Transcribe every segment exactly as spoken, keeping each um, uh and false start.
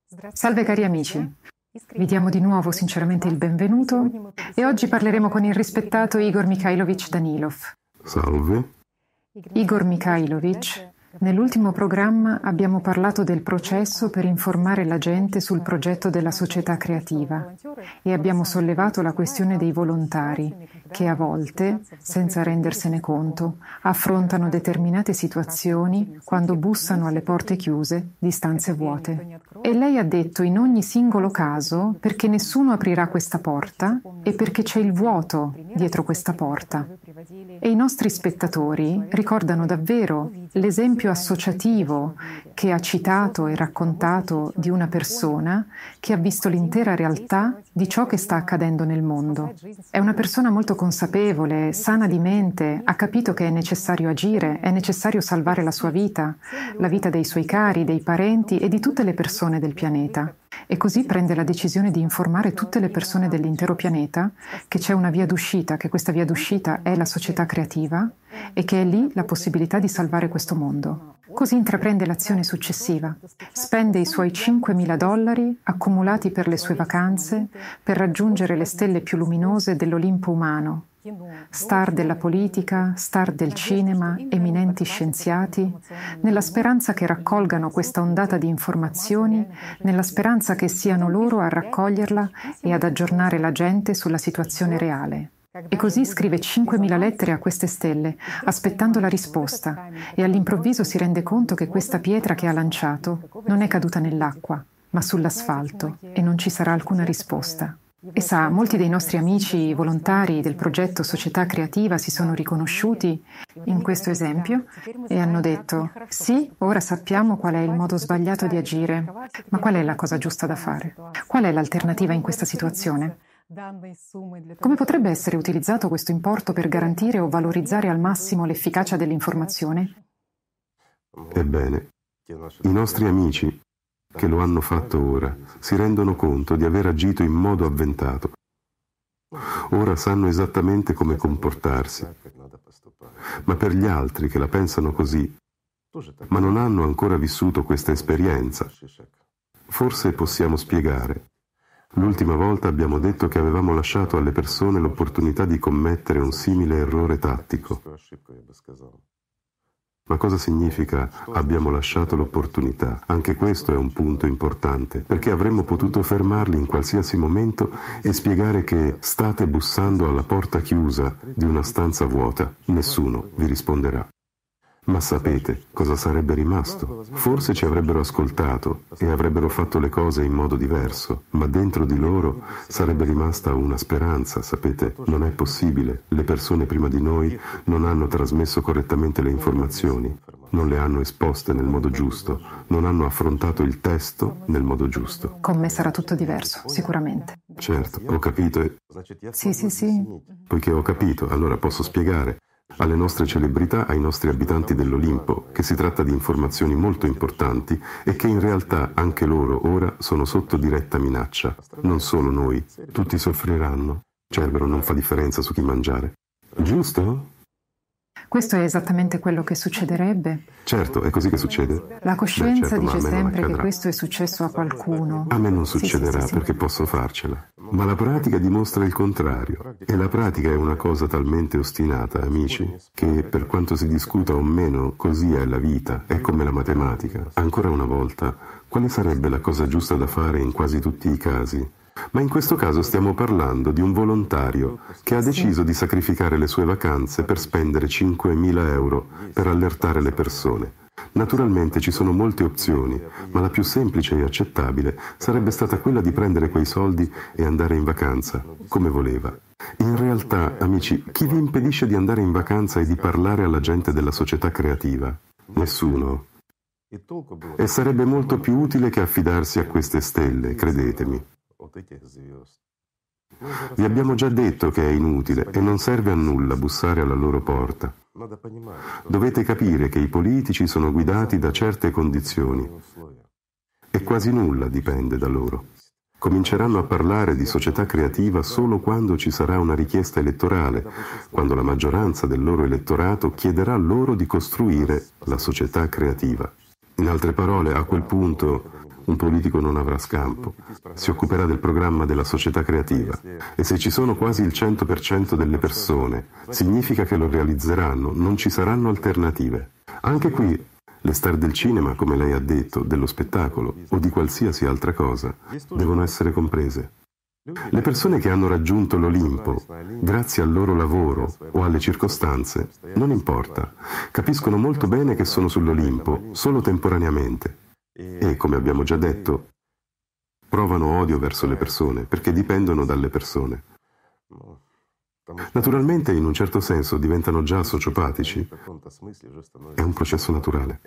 Salve cari amici, vi diamo di nuovo sinceramente il benvenuto e oggi parleremo con il rispettato Igor Mikhailovich Danilov. Salve. Igor Mikhailovich, nell'ultimo programma abbiamo parlato del processo per informare la gente sul progetto della società creativa e abbiamo sollevato la questione dei volontari che a volte, senza rendersene conto, affrontano determinate situazioni quando bussano alle porte chiuse di stanze vuote. E lei ha detto in ogni singolo caso perché nessuno aprirà questa porta e perché c'è il vuoto dietro questa porta. E i nostri spettatori ricordano davvero l'esempio associativo che ha citato e raccontato di una persona che ha visto l'intera realtà di ciò che sta accadendo nel mondo. È una persona molto consapevole, sana di mente, ha capito che è necessario agire, è necessario salvare la sua vita, la vita dei suoi cari, dei parenti e di tutte le persone del pianeta. E così prende la decisione di informare tutte le persone dell'intero pianeta che c'è una via d'uscita, che questa via d'uscita è la società creativa e che è lì la possibilità di salvare questo mondo. Così intraprende l'azione successiva. Spende i suoi cinquemila dollari accumulati per le sue vacanze per raggiungere le stelle più luminose dell'Olimpo umano. Star della politica, star del cinema, eminenti scienziati, nella speranza che raccolgano questa ondata di informazioni, nella speranza che siano loro a raccoglierla e ad aggiornare la gente sulla situazione reale. E così scrive cinquemila lettere a queste stelle, aspettando la risposta, e all'improvviso si rende conto che questa pietra che ha lanciato non è caduta nell'acqua, ma sull'asfalto, e non ci sarà alcuna risposta. E sa, molti dei nostri amici volontari del progetto Società Creativa si sono riconosciuti in questo esempio e hanno detto: sì, ora sappiamo qual è il modo sbagliato di agire, ma qual è la cosa giusta da fare? Qual è l'alternativa in questa situazione? Come potrebbe essere utilizzato questo importo per garantire o valorizzare al massimo l'efficacia dell'informazione? Ebbene, i nostri amici che lo hanno fatto ora si rendono conto di aver agito in modo avventato. Ora sanno esattamente come comportarsi. Ma per gli altri che la pensano così, ma non hanno ancora vissuto questa esperienza, forse possiamo spiegare. L'ultima volta abbiamo detto che avevamo lasciato alle persone l'opportunità di commettere un simile errore tattico. Ma cosa significa abbiamo lasciato l'opportunità? Anche questo è un punto importante, perché avremmo potuto fermarli in qualsiasi momento e spiegare che state bussando alla porta chiusa di una stanza vuota. Nessuno vi risponderà. Ma sapete cosa sarebbe rimasto? Forse ci avrebbero ascoltato e avrebbero fatto le cose in modo diverso, ma dentro di loro sarebbe rimasta una speranza, sapete? Non è possibile. Le persone prima di noi non hanno trasmesso correttamente le informazioni, non le hanno esposte nel modo giusto, non hanno affrontato il testo nel modo giusto. Con me sarà tutto diverso, sicuramente. Certo, ho capito e... Sì, sì, sì. Poiché ho capito, allora posso spiegare alle nostre celebrità, ai nostri abitanti dell'Olimpo, che si tratta di informazioni molto importanti e che in realtà anche loro ora sono sotto diretta minaccia. Non solo noi, tutti soffriranno. Cerbero non fa differenza su chi mangiare. Giusto? Questo è esattamente quello che succederebbe. Certo, è così che succede. La coscienza Beh, certo, dice sempre che accadrà. questo è successo a qualcuno. A me non succederà sì, sì, sì, perché posso farcela. Ma la pratica dimostra il contrario. E la pratica è una cosa talmente ostinata, amici, che per quanto si discuta o meno, così è la vita, è come la matematica. Ancora una volta, quale sarebbe la cosa giusta da fare in quasi tutti i casi? Ma in questo caso stiamo parlando di un volontario che ha deciso di sacrificare le sue vacanze per spendere cinquemila euro per allertare le persone. Naturalmente ci sono molte opzioni, ma la più semplice e accettabile sarebbe stata quella di prendere quei soldi e andare in vacanza, come voleva. In realtà, amici, chi vi impedisce di andare in vacanza e di parlare alla gente della società creativa? Nessuno. E sarebbe molto più utile che affidarsi a queste stelle, credetemi. Vi abbiamo già detto che è inutile e non serve a nulla bussare alla loro porta. Dovete capire che i politici sono guidati da certe condizioni e quasi nulla dipende da loro. Cominceranno a parlare di società creativa solo quando ci sarà una richiesta elettorale, quando la maggioranza del loro elettorato chiederà loro di costruire la società creativa. In altre parole, a quel punto un politico non avrà scampo, si occuperà del programma della società creativa e se ci sono quasi il cento per cento delle persone, significa che lo realizzeranno, non ci saranno alternative. Anche qui, le star del cinema, come lei ha detto, dello spettacolo o di qualsiasi altra cosa, devono essere comprese. Le persone che hanno raggiunto l'Olimpo, grazie al loro lavoro o alle circostanze, non importa, capiscono molto bene che sono sull'Olimpo solo temporaneamente e, come abbiamo già detto, provano odio verso le persone perché dipendono dalle persone. Naturalmente, in un certo senso, diventano già sociopatici. È un processo naturale.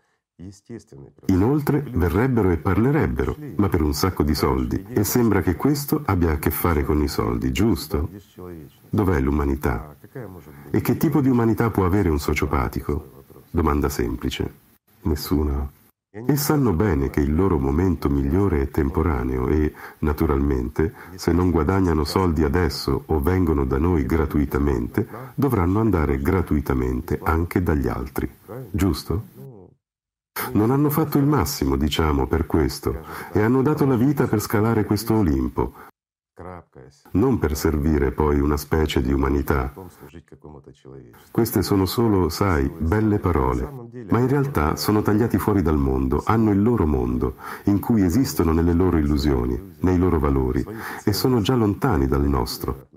Inoltre verrebbero e parlerebbero, ma per un sacco di soldi, e sembra che questo abbia a che fare con i soldi, giusto? Dov'è l'umanità? E che tipo di umanità può avere un sociopatico? Domanda semplice. Nessuna. E sanno bene che il loro momento migliore è temporaneo e, naturalmente, se non guadagnano soldi adesso o vengono da noi gratuitamente, dovranno andare gratuitamente anche dagli altri, giusto? Non hanno fatto il massimo, diciamo, per questo, e hanno dato la vita per scalare questo Olimpo, non per servire poi una specie di umanità. Queste sono solo, sai, belle parole, ma in realtà sono tagliati fuori dal mondo, hanno il loro mondo, in cui esistono nelle loro illusioni, nei loro valori, e sono già lontani dal nostro.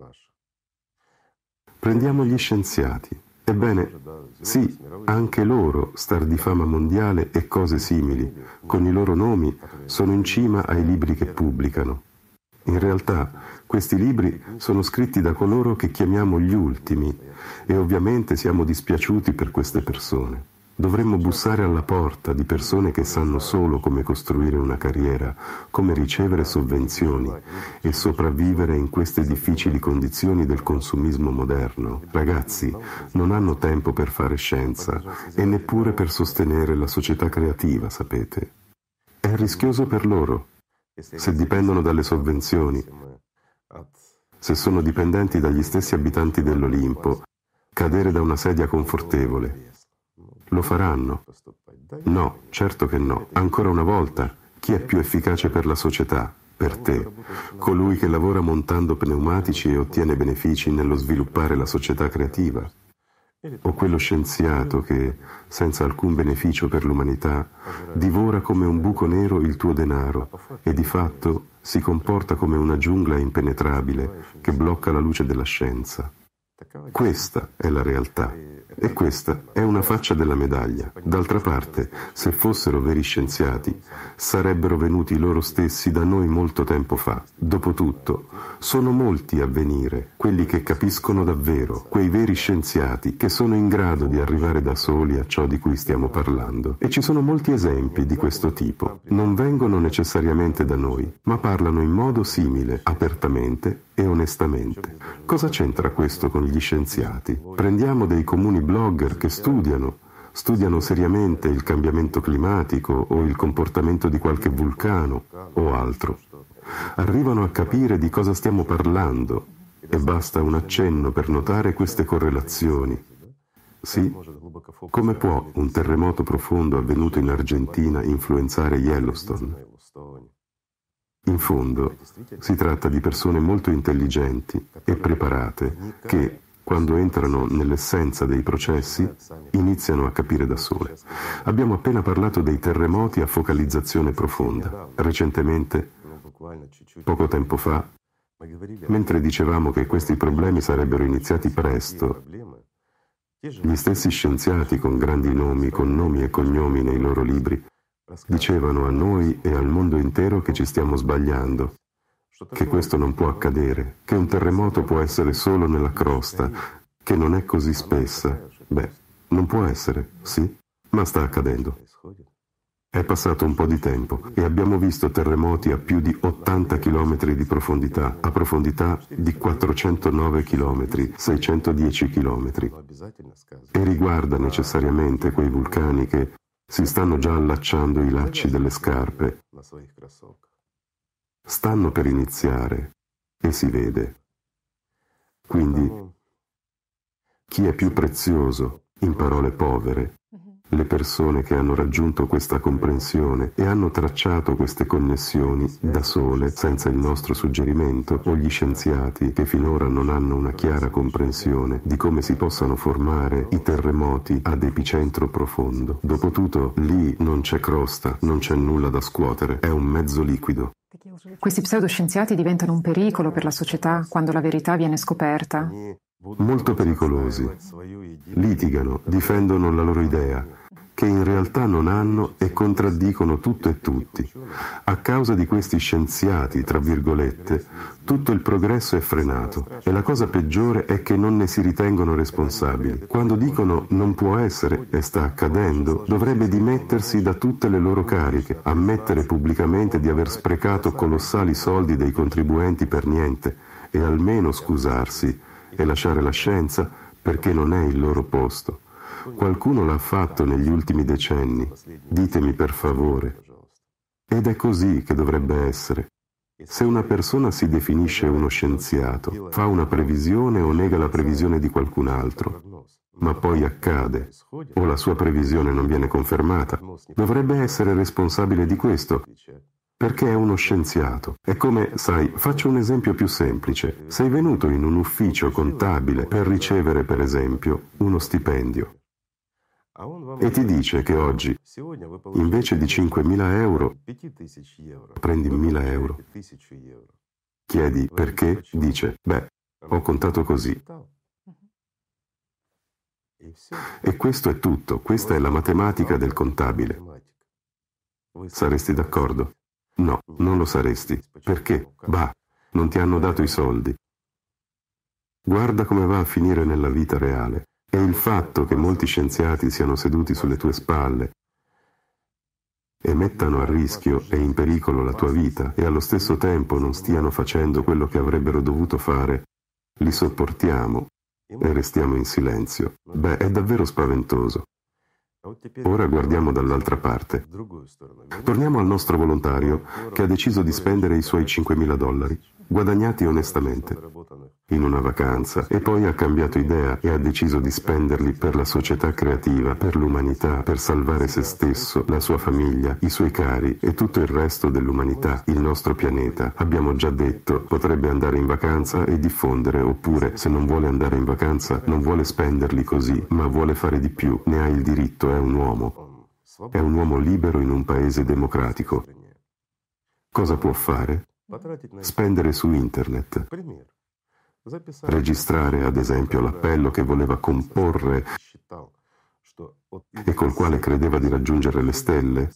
Prendiamo gli scienziati. Ebbene, sì, anche loro, star di fama mondiale e cose simili, con i loro nomi, sono in cima ai libri che pubblicano. In realtà, questi libri sono scritti da coloro che chiamiamo gli ultimi e ovviamente siamo dispiaciuti per queste persone. Dovremmo bussare alla porta di persone che sanno solo come costruire una carriera, come ricevere sovvenzioni e sopravvivere in queste difficili condizioni del consumismo moderno. Ragazzi, non hanno tempo per fare scienza e neppure per sostenere la società creativa, sapete. È rischioso per loro. Se dipendono dalle sovvenzioni, se sono dipendenti dagli stessi abitanti dell'Olimpo, cadere da una sedia confortevole. Lo faranno? No, certo che no. Ancora una volta, chi è più efficace per la società? Per te, colui che lavora montando pneumatici e ottiene benefici nello sviluppare la società creativa? O quello scienziato che, senza alcun beneficio per l'umanità, divora come un buco nero il tuo denaro e di fatto si comporta come una giungla impenetrabile che blocca la luce della scienza? Questa è la realtà e questa è una faccia della medaglia. D'altra parte, se fossero veri scienziati, sarebbero venuti loro stessi da noi molto tempo fa. Dopotutto, sono molti a venire, quelli che capiscono davvero, quei veri scienziati che sono in grado di arrivare da soli a ciò di cui stiamo parlando. E ci sono molti esempi di questo tipo. Non vengono necessariamente da noi, ma parlano in modo simile, apertamente e onestamente. Cosa c'entra questo con gli scienziati? Prendiamo dei comuni blogger che studiano, studiano seriamente il cambiamento climatico o il comportamento di qualche vulcano o altro. Arrivano a capire di cosa stiamo parlando e basta un accenno per notare queste correlazioni. Sì, come può un terremoto profondo avvenuto in Argentina influenzare Yellowstone? In fondo, si tratta di persone molto intelligenti e preparate che, quando entrano nell'essenza dei processi, iniziano a capire da sole. Abbiamo appena parlato dei terremoti a focalizzazione profonda. Recentemente, poco tempo fa, mentre dicevamo che questi problemi sarebbero iniziati presto, gli stessi scienziati con grandi nomi, con nomi e cognomi nei loro libri, dicevano a noi e al mondo intero che ci stiamo sbagliando, che questo non può accadere, che un terremoto può essere solo nella crosta, che non è così spessa. Beh, non può essere, sì, ma sta accadendo. È passato un po' di tempo e abbiamo visto terremoti a più di ottanta chilometri di profondità, a profondità di quattrocentonove chilometri, seicentodieci chilometri. E riguarda necessariamente quei vulcani che si stanno già allacciando i lacci delle scarpe. Stanno per iniziare e si vede. Quindi, chi è più prezioso, in parole povere, Le persone che hanno raggiunto questa comprensione e hanno tracciato queste connessioni da sole, senza il nostro suggerimento, o gli scienziati che finora non hanno una chiara comprensione di come si possano formare i terremoti ad epicentro profondo. Dopotutto, lì non c'è crosta, non c'è nulla da scuotere, è un mezzo liquido. Questi pseudoscienziati diventano un pericolo per la società quando la verità viene scoperta. Molto pericolosi. Litigano, difendono la loro idea, che in realtà non hanno e contraddicono tutto e tutti. A causa di questi scienziati, tra virgolette, tutto il progresso è frenato e la cosa peggiore è che non ne si ritengono responsabili. Quando dicono non può essere e sta accadendo, dovrebbe dimettersi da tutte le loro cariche, ammettere pubblicamente di aver sprecato colossali soldi dei contribuenti per niente e almeno scusarsi e lasciare la scienza perché non è il loro posto. Qualcuno l'ha fatto negli ultimi decenni, ditemi per favore. Ed è così che dovrebbe essere. Se una persona si definisce uno scienziato, fa una previsione o nega la previsione di qualcun altro, ma poi accade, o la sua previsione non viene confermata, dovrebbe essere responsabile di questo, perché è uno scienziato. È come, sai, faccio un esempio più semplice. Sei venuto in un ufficio contabile per ricevere, per esempio, uno stipendio. E ti dice che oggi, invece di cinquemila euro, prendi mille euro. Chiedi perché? Dice, beh, ho contato così. E questo è tutto, questa è la matematica del contabile. Saresti d'accordo? No, non lo saresti. Perché? Bah, non ti hanno dato i soldi. Guarda come va a finire nella vita reale. E il fatto che molti scienziati siano seduti sulle tue spalle e mettano a rischio e in pericolo la tua vita e allo stesso tempo non stiano facendo quello che avrebbero dovuto fare, li sopportiamo e restiamo in silenzio. Beh, è davvero spaventoso. Ora guardiamo dall'altra parte. Torniamo al nostro volontario che ha deciso di spendere i suoi cinquemila dollari, guadagnati onestamente, in una vacanza, e poi ha cambiato idea e ha deciso di spenderli per la società creativa, per l'umanità, per salvare se stesso, la sua famiglia, i suoi cari e tutto il resto dell'umanità, il nostro pianeta. Abbiamo già detto, potrebbe andare in vacanza e diffondere, oppure, se non vuole andare in vacanza, non vuole spenderli così, ma vuole fare di più, ne ha il diritto, è un uomo. È un uomo libero in un paese democratico. Cosa può fare? Spendere su internet. Registrare, ad esempio, l'appello che voleva comporre e col quale credeva di raggiungere le stelle?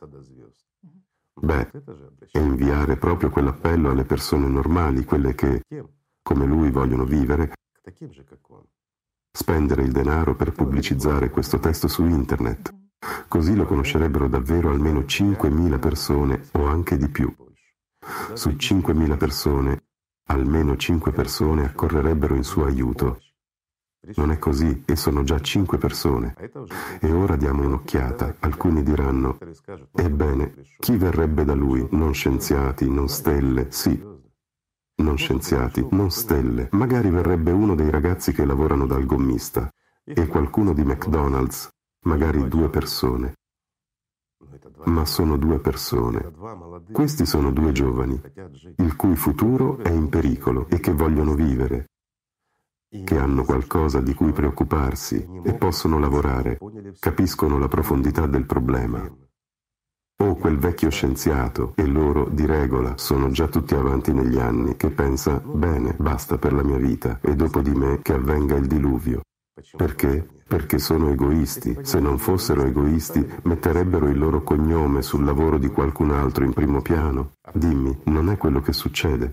Beh, e inviare proprio quell'appello alle persone normali, quelle che, come lui, vogliono vivere, spendere il denaro per pubblicizzare questo testo su internet. Così lo conoscerebbero davvero almeno cinquemila persone o anche di più. Su cinquemila persone, almeno cinque persone accorrerebbero in suo aiuto. Non è così, e sono già cinque persone. E ora diamo un'occhiata. Alcuni diranno, ebbene, chi verrebbe da lui? Non scienziati, non stelle, sì. Non scienziati, non stelle. Magari verrebbe uno dei ragazzi che lavorano dal gommista, e qualcuno di McDonald's, magari due persone. Ma sono due persone. Questi sono due giovani, il cui futuro è in pericolo e che vogliono vivere, che hanno qualcosa di cui preoccuparsi e possono lavorare, capiscono la profondità del problema. O quel vecchio scienziato, e loro, di regola, sono già tutti avanti negli anni, che pensa, bene, basta per la mia vita, e dopo di me che avvenga il diluvio. Perché? Perché sono egoisti. Se non fossero egoisti, metterebbero il loro cognome sul lavoro di qualcun altro in primo piano. Dimmi, non è quello che succede?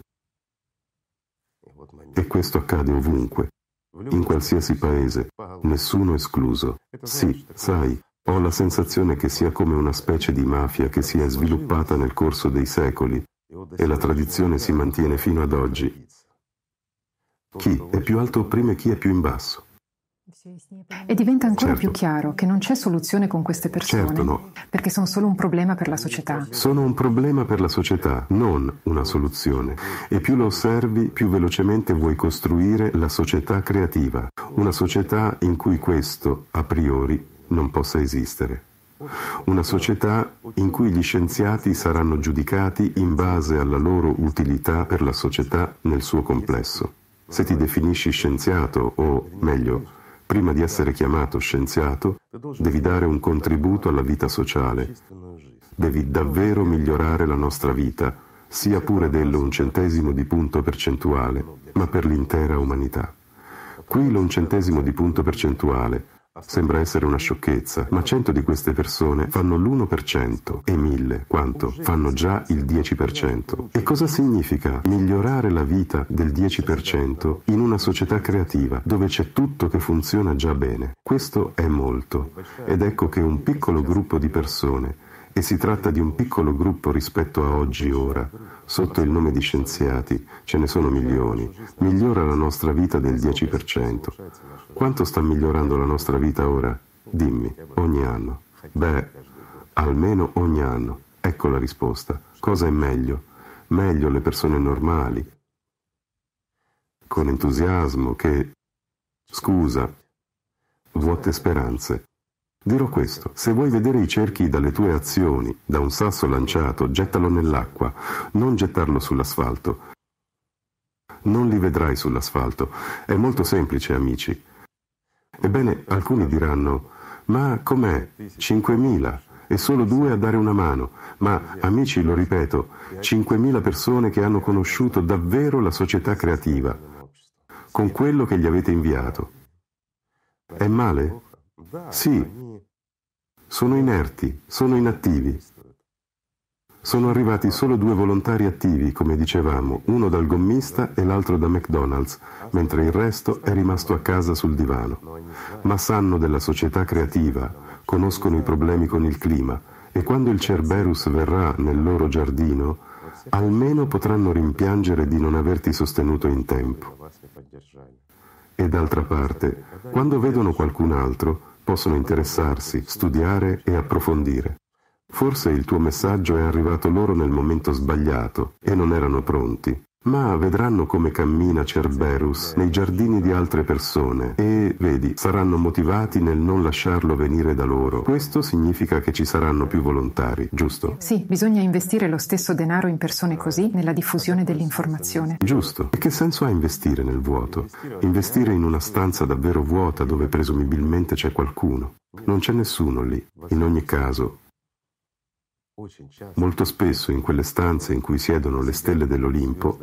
E questo accade ovunque, in qualsiasi paese, nessuno escluso. Sì, sai, ho la sensazione che sia come una specie di mafia che si è sviluppata nel corso dei secoli e la tradizione si mantiene fino ad oggi. Chi è più alto opprime chi è più in basso. E diventa ancora Certo. più chiaro che non c'è soluzione con queste persone, Certo no. perché sono solo un problema per la società. Sono un problema per la società, non una soluzione. E più lo osservi, più velocemente vuoi costruire la società creativa. Una società in cui questo, a priori, non possa esistere. Una società in cui gli scienziati saranno giudicati in base alla loro utilità per la società nel suo complesso. Se ti definisci scienziato, o meglio, prima di essere chiamato scienziato, devi dare un contributo alla vita sociale. Devi davvero migliorare la nostra vita, sia pure dello un centesimo di punto percentuale, ma per l'intera umanità. Qui l'un centesimo di punto percentuale sembra essere una sciocchezza, ma cento di queste persone fanno l'uno per cento e mille, quanto? Fanno già il dieci per cento. E cosa significa migliorare la vita del dieci per cento in una società creativa dove c'è tutto che funziona già bene? Questo è molto. Ed ecco che un piccolo gruppo di persone, e si tratta di un piccolo gruppo rispetto a oggi ora, sotto il nome di scienziati, ce ne sono milioni, migliora la nostra vita del dieci per cento. Quanto sta migliorando la nostra vita ora? Dimmi, ogni anno. Beh, almeno ogni anno. Ecco la risposta. Cosa è meglio? Meglio le persone normali, con entusiasmo, che, scusa, vuote speranze. Dirò questo: se vuoi vedere i cerchi dalle tue azioni, da un sasso lanciato, gettalo nell'acqua, non gettarlo sull'asfalto. Non li vedrai sull'asfalto. È molto semplice, amici. Ebbene, alcuni diranno: ma com'è? cinquemila e solo due a dare una mano. Ma, amici, lo ripeto, cinquemila persone che hanno conosciuto davvero la società creativa, con quello che gli avete inviato. È male? Sì. Sono inerti, sono inattivi. Sono arrivati solo due volontari attivi, come dicevamo, uno dal gommista e l'altro da McDonald's, mentre il resto è rimasto a casa sul divano. Ma sanno della società creativa, conoscono i problemi con il clima, e quando il Cerberus verrà nel loro giardino, almeno potranno rimpiangere di non averti sostenuto in tempo. E d'altra parte, quando vedono qualcun altro, possono interessarsi, studiare e approfondire. Forse il tuo messaggio è arrivato loro nel momento sbagliato e non erano pronti, ma vedranno come cammina Cerberus nei giardini di altre persone e, vedi, saranno motivati nel non lasciarlo venire da loro. Questo significa che ci saranno più volontari, giusto? Sì, bisogna investire lo stesso denaro in persone così nella diffusione dell'informazione. Giusto. E che senso ha investire nel vuoto? Investire in una stanza davvero vuota dove presumibilmente c'è qualcuno. Non c'è nessuno lì. In ogni caso, molto spesso in quelle stanze in cui siedono le stelle dell'Olimpo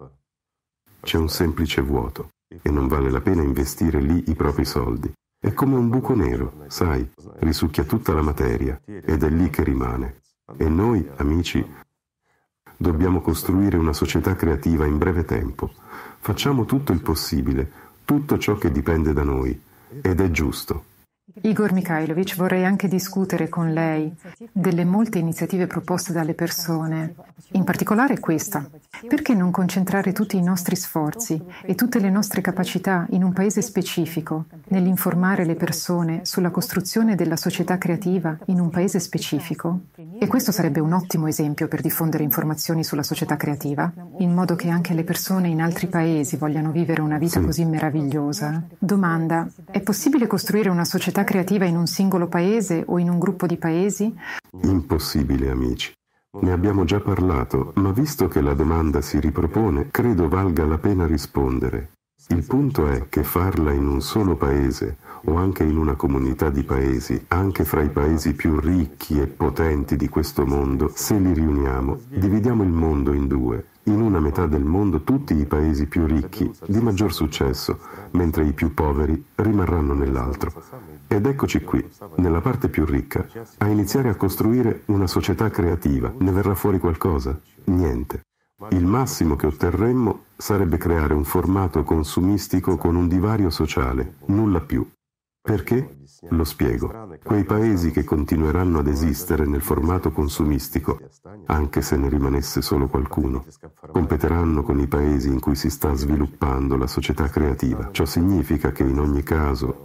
c'è un semplice vuoto e non vale la pena investire lì i propri soldi. È come un buco nero, sai, risucchia tutta la materia ed è lì che rimane. E noi, amici, dobbiamo costruire una società creativa in breve tempo. Facciamo tutto il possibile, tutto ciò che dipende da noi, ed è giusto. Igor Mikhailovich, vorrei anche discutere con lei delle molte iniziative proposte dalle persone, in particolare questa. Perché non concentrare tutti i nostri sforzi e tutte le nostre capacità in un paese specifico, nell'informare le persone sulla costruzione della società creativa in un paese specifico? E questo sarebbe un ottimo esempio per diffondere informazioni sulla società creativa, in modo che anche le persone in altri paesi vogliano vivere una vita Sì. così meravigliosa. Domanda: è possibile costruire una società creativa in un singolo paese o in un gruppo di paesi? Impossibile, amici. Ne abbiamo già parlato, ma visto che la domanda si ripropone, credo valga la pena rispondere. Il punto è che farla in un solo paese o anche in una comunità di paesi, anche fra i paesi più ricchi e potenti di questo mondo, se li riuniamo, dividiamo il mondo in due. In una metà del mondo tutti i paesi più ricchi, di maggior successo, mentre i più poveri rimarranno nell'altro. Ed eccoci qui, nella parte più ricca, a iniziare a costruire una società creativa. Ne verrà fuori qualcosa? Niente. Il massimo che otterremmo sarebbe creare un formato consumistico con un divario sociale, nulla più. Perché? Lo spiego. Quei paesi che continueranno ad esistere nel formato consumistico, anche se ne rimanesse solo qualcuno, competeranno con i paesi in cui si sta sviluppando la società creativa. Ciò significa che in ogni caso,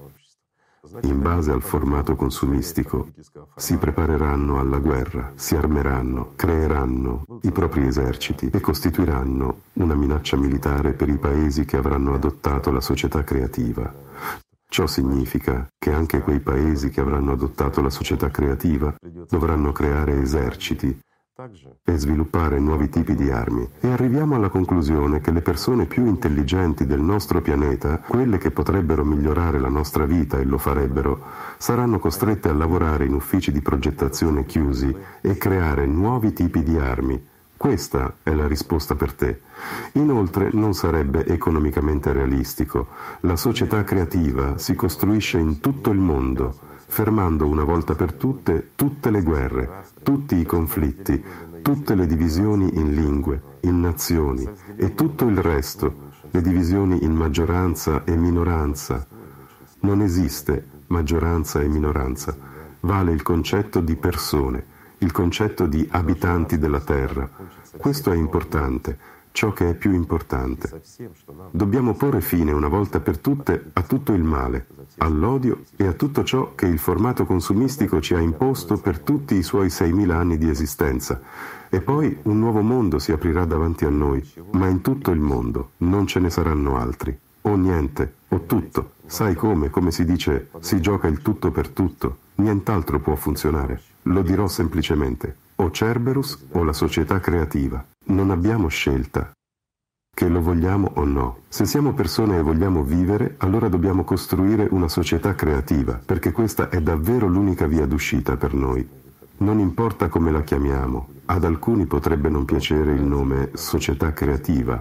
in base al formato consumistico, si prepareranno alla guerra, si armeranno, creeranno i propri eserciti e costituiranno una minaccia militare per i paesi che avranno adottato la società creativa. Ciò significa che anche quei paesi che avranno adottato la società creativa dovranno creare eserciti e sviluppare nuovi tipi di armi. E arriviamo alla conclusione che le persone più intelligenti del nostro pianeta, quelle che potrebbero migliorare la nostra vita e lo farebbero, saranno costrette a lavorare in uffici di progettazione chiusi e creare nuovi tipi di armi. Questa è la risposta per te. Inoltre non sarebbe economicamente realistico. La società creativa si costruisce in tutto il mondo, fermando una volta per tutte tutte le guerre, tutti i conflitti, tutte le divisioni in lingue, in nazioni e tutto il resto, le divisioni in maggioranza e minoranza. Non esiste maggioranza e minoranza, vale il concetto di persone, il concetto di abitanti della terra. Questo è importante, ciò che è più importante. Dobbiamo porre fine una volta per tutte a tutto il male, all'odio e a tutto ciò che il formato consumistico ci ha imposto per tutti i suoi seimila anni di esistenza. E poi un nuovo mondo si aprirà davanti a noi, ma in tutto il mondo non ce ne saranno altri. O niente, o tutto. Sai come, come si dice, si gioca il tutto per tutto. Nient'altro può funzionare. Lo dirò semplicemente. O Cerberus o la società creativa. Non abbiamo scelta. Che lo vogliamo o no. Se siamo persone e vogliamo vivere, allora dobbiamo costruire una società creativa, perché questa è davvero l'unica via d'uscita per noi. Non importa come la chiamiamo. Ad alcuni potrebbe non piacere il nome società creativa.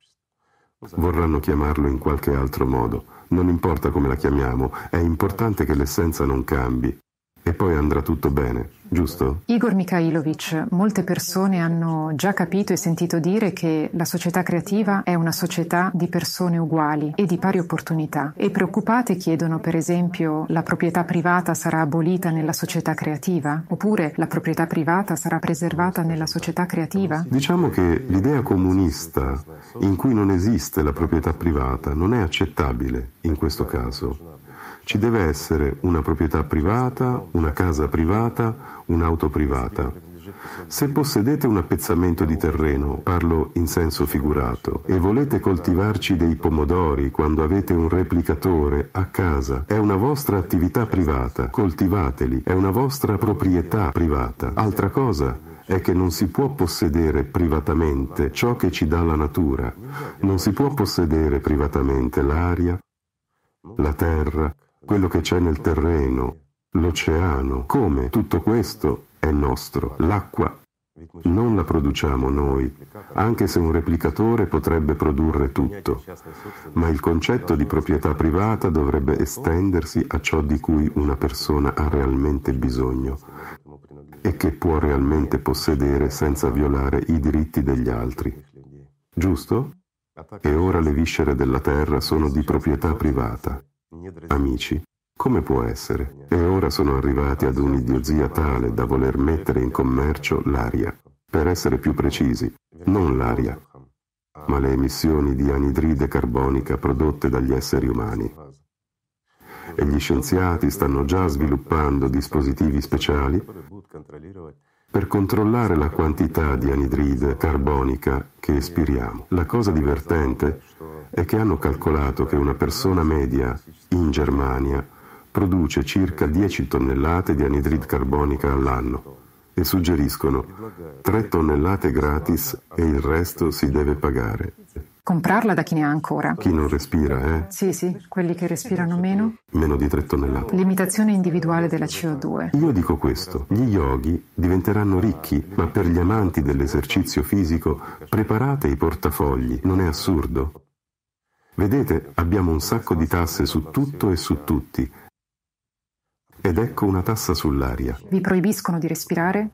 Vorranno chiamarlo in qualche altro modo. Non importa come la chiamiamo, è importante che l'essenza non cambi. E poi andrà tutto bene, giusto? Igor Mikhailovich, molte persone hanno già capito e sentito dire che la società creativa è una società di persone uguali e di pari opportunità. E preoccupate chiedono, per esempio, la proprietà privata sarà abolita nella società creativa? Oppure la proprietà privata sarà preservata nella società creativa? Diciamo che l'idea comunista in cui non esiste la proprietà privata non è accettabile in questo caso. Ci deve essere una proprietà privata, una casa privata, un'auto privata. Se possedete un appezzamento di terreno, parlo in senso figurato, e volete coltivarci dei pomodori quando avete un replicatore a casa, è una vostra attività privata, coltivateli, è una vostra proprietà privata. Altra cosa è che non si può possedere privatamente ciò che ci dà la natura, non si può possedere privatamente l'aria, la terra, quello che c'è nel terreno, l'oceano. Come? Tutto questo è nostro. L'acqua non la produciamo noi, anche se un replicatore potrebbe produrre tutto. Ma il concetto di proprietà privata dovrebbe estendersi a ciò di cui una persona ha realmente bisogno e che può realmente possedere senza violare i diritti degli altri. Giusto? E ora le viscere della terra sono di proprietà privata. Amici, come può essere? E ora sono arrivati ad un'idiozia tale da voler mettere in commercio l'aria. Per essere più precisi, non l'aria, ma le emissioni di anidride carbonica prodotte dagli esseri umani. E gli scienziati stanno già sviluppando dispositivi speciali per controllare la quantità di anidride carbonica che espiriamo. La cosa divertente è che hanno calcolato che una persona media in Germania produce circa dieci tonnellate di anidride carbonica all'anno e suggeriscono tre tonnellate gratis e il resto si deve pagare. Comprarla da chi ne ha ancora? Chi non respira, eh? Sì, sì, quelli che respirano meno. Meno di tre tonnellate. Limitazione individuale della C O due. Io dico questo, gli yogi diventeranno ricchi, ma per gli amanti dell'esercizio fisico preparate i portafogli, non è assurdo? Vedete, abbiamo un sacco di tasse su tutto e su tutti. Ed ecco una tassa sull'aria. Vi proibiscono di respirare?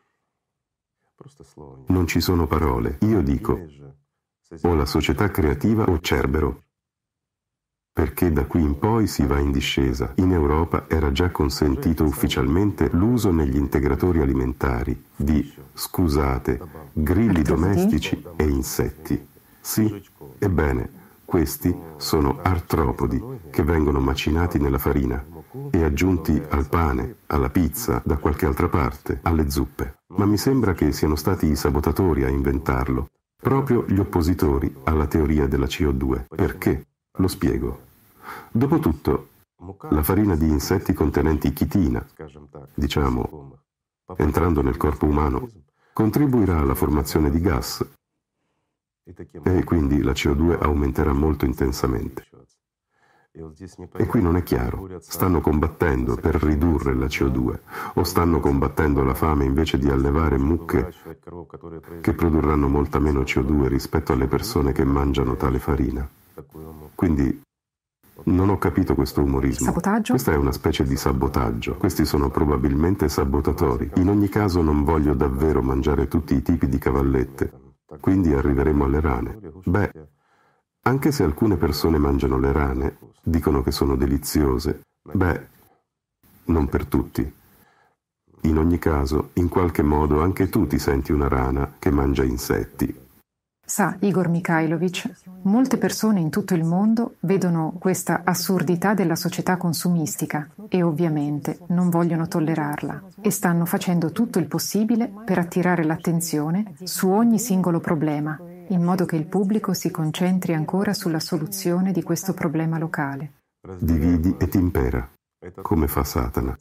Non ci sono parole. Io dico o la società creativa o Cerbero. Perché da qui in poi si va in discesa. In Europa era già consentito ufficialmente l'uso negli integratori alimentari di, scusate, grilli domestici e insetti. Sì, ebbene, questi sono artropodi che vengono macinati nella farina e aggiunti al pane, alla pizza, da qualche altra parte, alle zuppe. Ma mi sembra che siano stati i sabotatori a inventarlo, proprio gli oppositori alla teoria della C O due. Perché? Lo spiego. Dopotutto, la farina di insetti contenenti chitina, diciamo, entrando nel corpo umano, contribuirà alla formazione di gas e quindi la C O due aumenterà molto intensamente. E qui non è chiaro, stanno combattendo per ridurre la C O due o stanno combattendo la fame invece di allevare mucche che produrranno molta meno C O due rispetto alle persone che mangiano tale farina. Quindi non ho capito questo umorismo. Sabotaggio? Questa è una specie di sabotaggio. Questi sono probabilmente sabotatori. In ogni caso non voglio davvero mangiare tutti i tipi di cavallette. Quindi arriveremo alle rane. Beh, anche se alcune persone mangiano le rane, dicono che sono deliziose, beh, non per tutti. In ogni caso, in qualche modo anche tu ti senti una rana che mangia insetti. Sa, Igor Mikhailovich, molte persone in tutto il mondo vedono questa assurdità della società consumistica e ovviamente non vogliono tollerarla e stanno facendo tutto il possibile per attirare l'attenzione su ogni singolo problema, in modo che il pubblico si concentri ancora sulla soluzione di questo problema locale. Dividi et impera, come fa Satana.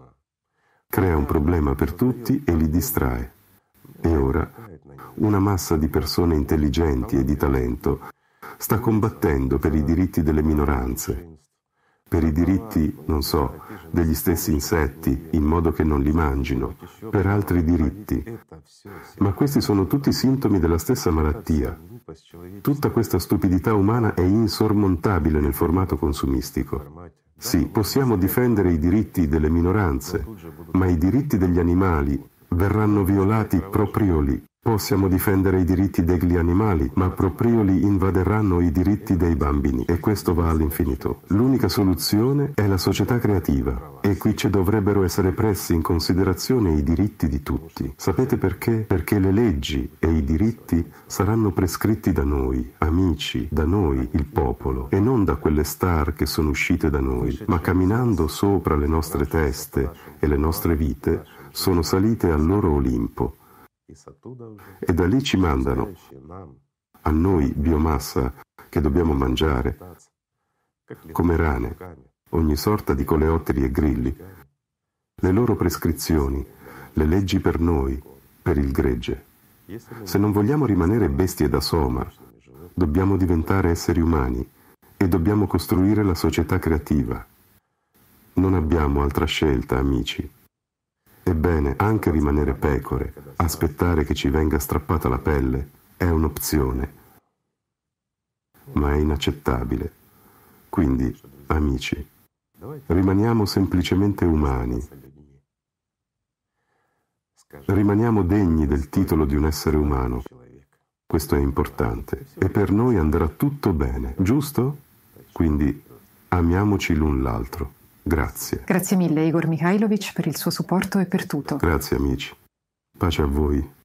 Crea un problema per tutti e li distrae. E ora una massa di persone intelligenti e di talento sta combattendo per i diritti delle minoranze, per i diritti, non so, degli stessi insetti, in modo che non li mangino, per altri diritti. Ma questi sono tutti sintomi della stessa malattia. Tutta questa stupidità umana è insormontabile nel formato consumistico. Sì, possiamo difendere i diritti delle minoranze, ma i diritti degli animali verranno violati proprio lì. Possiamo difendere i diritti degli animali, ma proprio lì invaderanno i diritti dei bambini e questo va all'infinito. L'unica soluzione è la società creativa e qui ci dovrebbero essere pressi in considerazione i diritti di tutti. Sapete perché? Perché le leggi e i diritti saranno prescritti da noi, amici, da noi, il popolo, e non da quelle star che sono uscite da noi, ma camminando sopra le nostre teste e le nostre vite sono salite al loro Olimpo. E da lì ci mandano, a noi biomassa che dobbiamo mangiare, come rane, ogni sorta di coleotteri e grilli, le loro prescrizioni, le leggi per noi, per il gregge. Se non vogliamo rimanere bestie da soma, dobbiamo diventare esseri umani e dobbiamo costruire la società creativa. Non abbiamo altra scelta, amici. Ebbene, anche rimanere pecore, aspettare che ci venga strappata la pelle, è un'opzione, ma è inaccettabile. Quindi, amici, rimaniamo semplicemente umani. Rimaniamo degni del titolo di un essere umano. Questo è importante e per noi andrà tutto bene, giusto? Quindi, amiamoci l'un l'altro. Grazie. Grazie mille Igor Mikhailovich per il suo supporto e per tutto. Grazie amici. Pace a voi.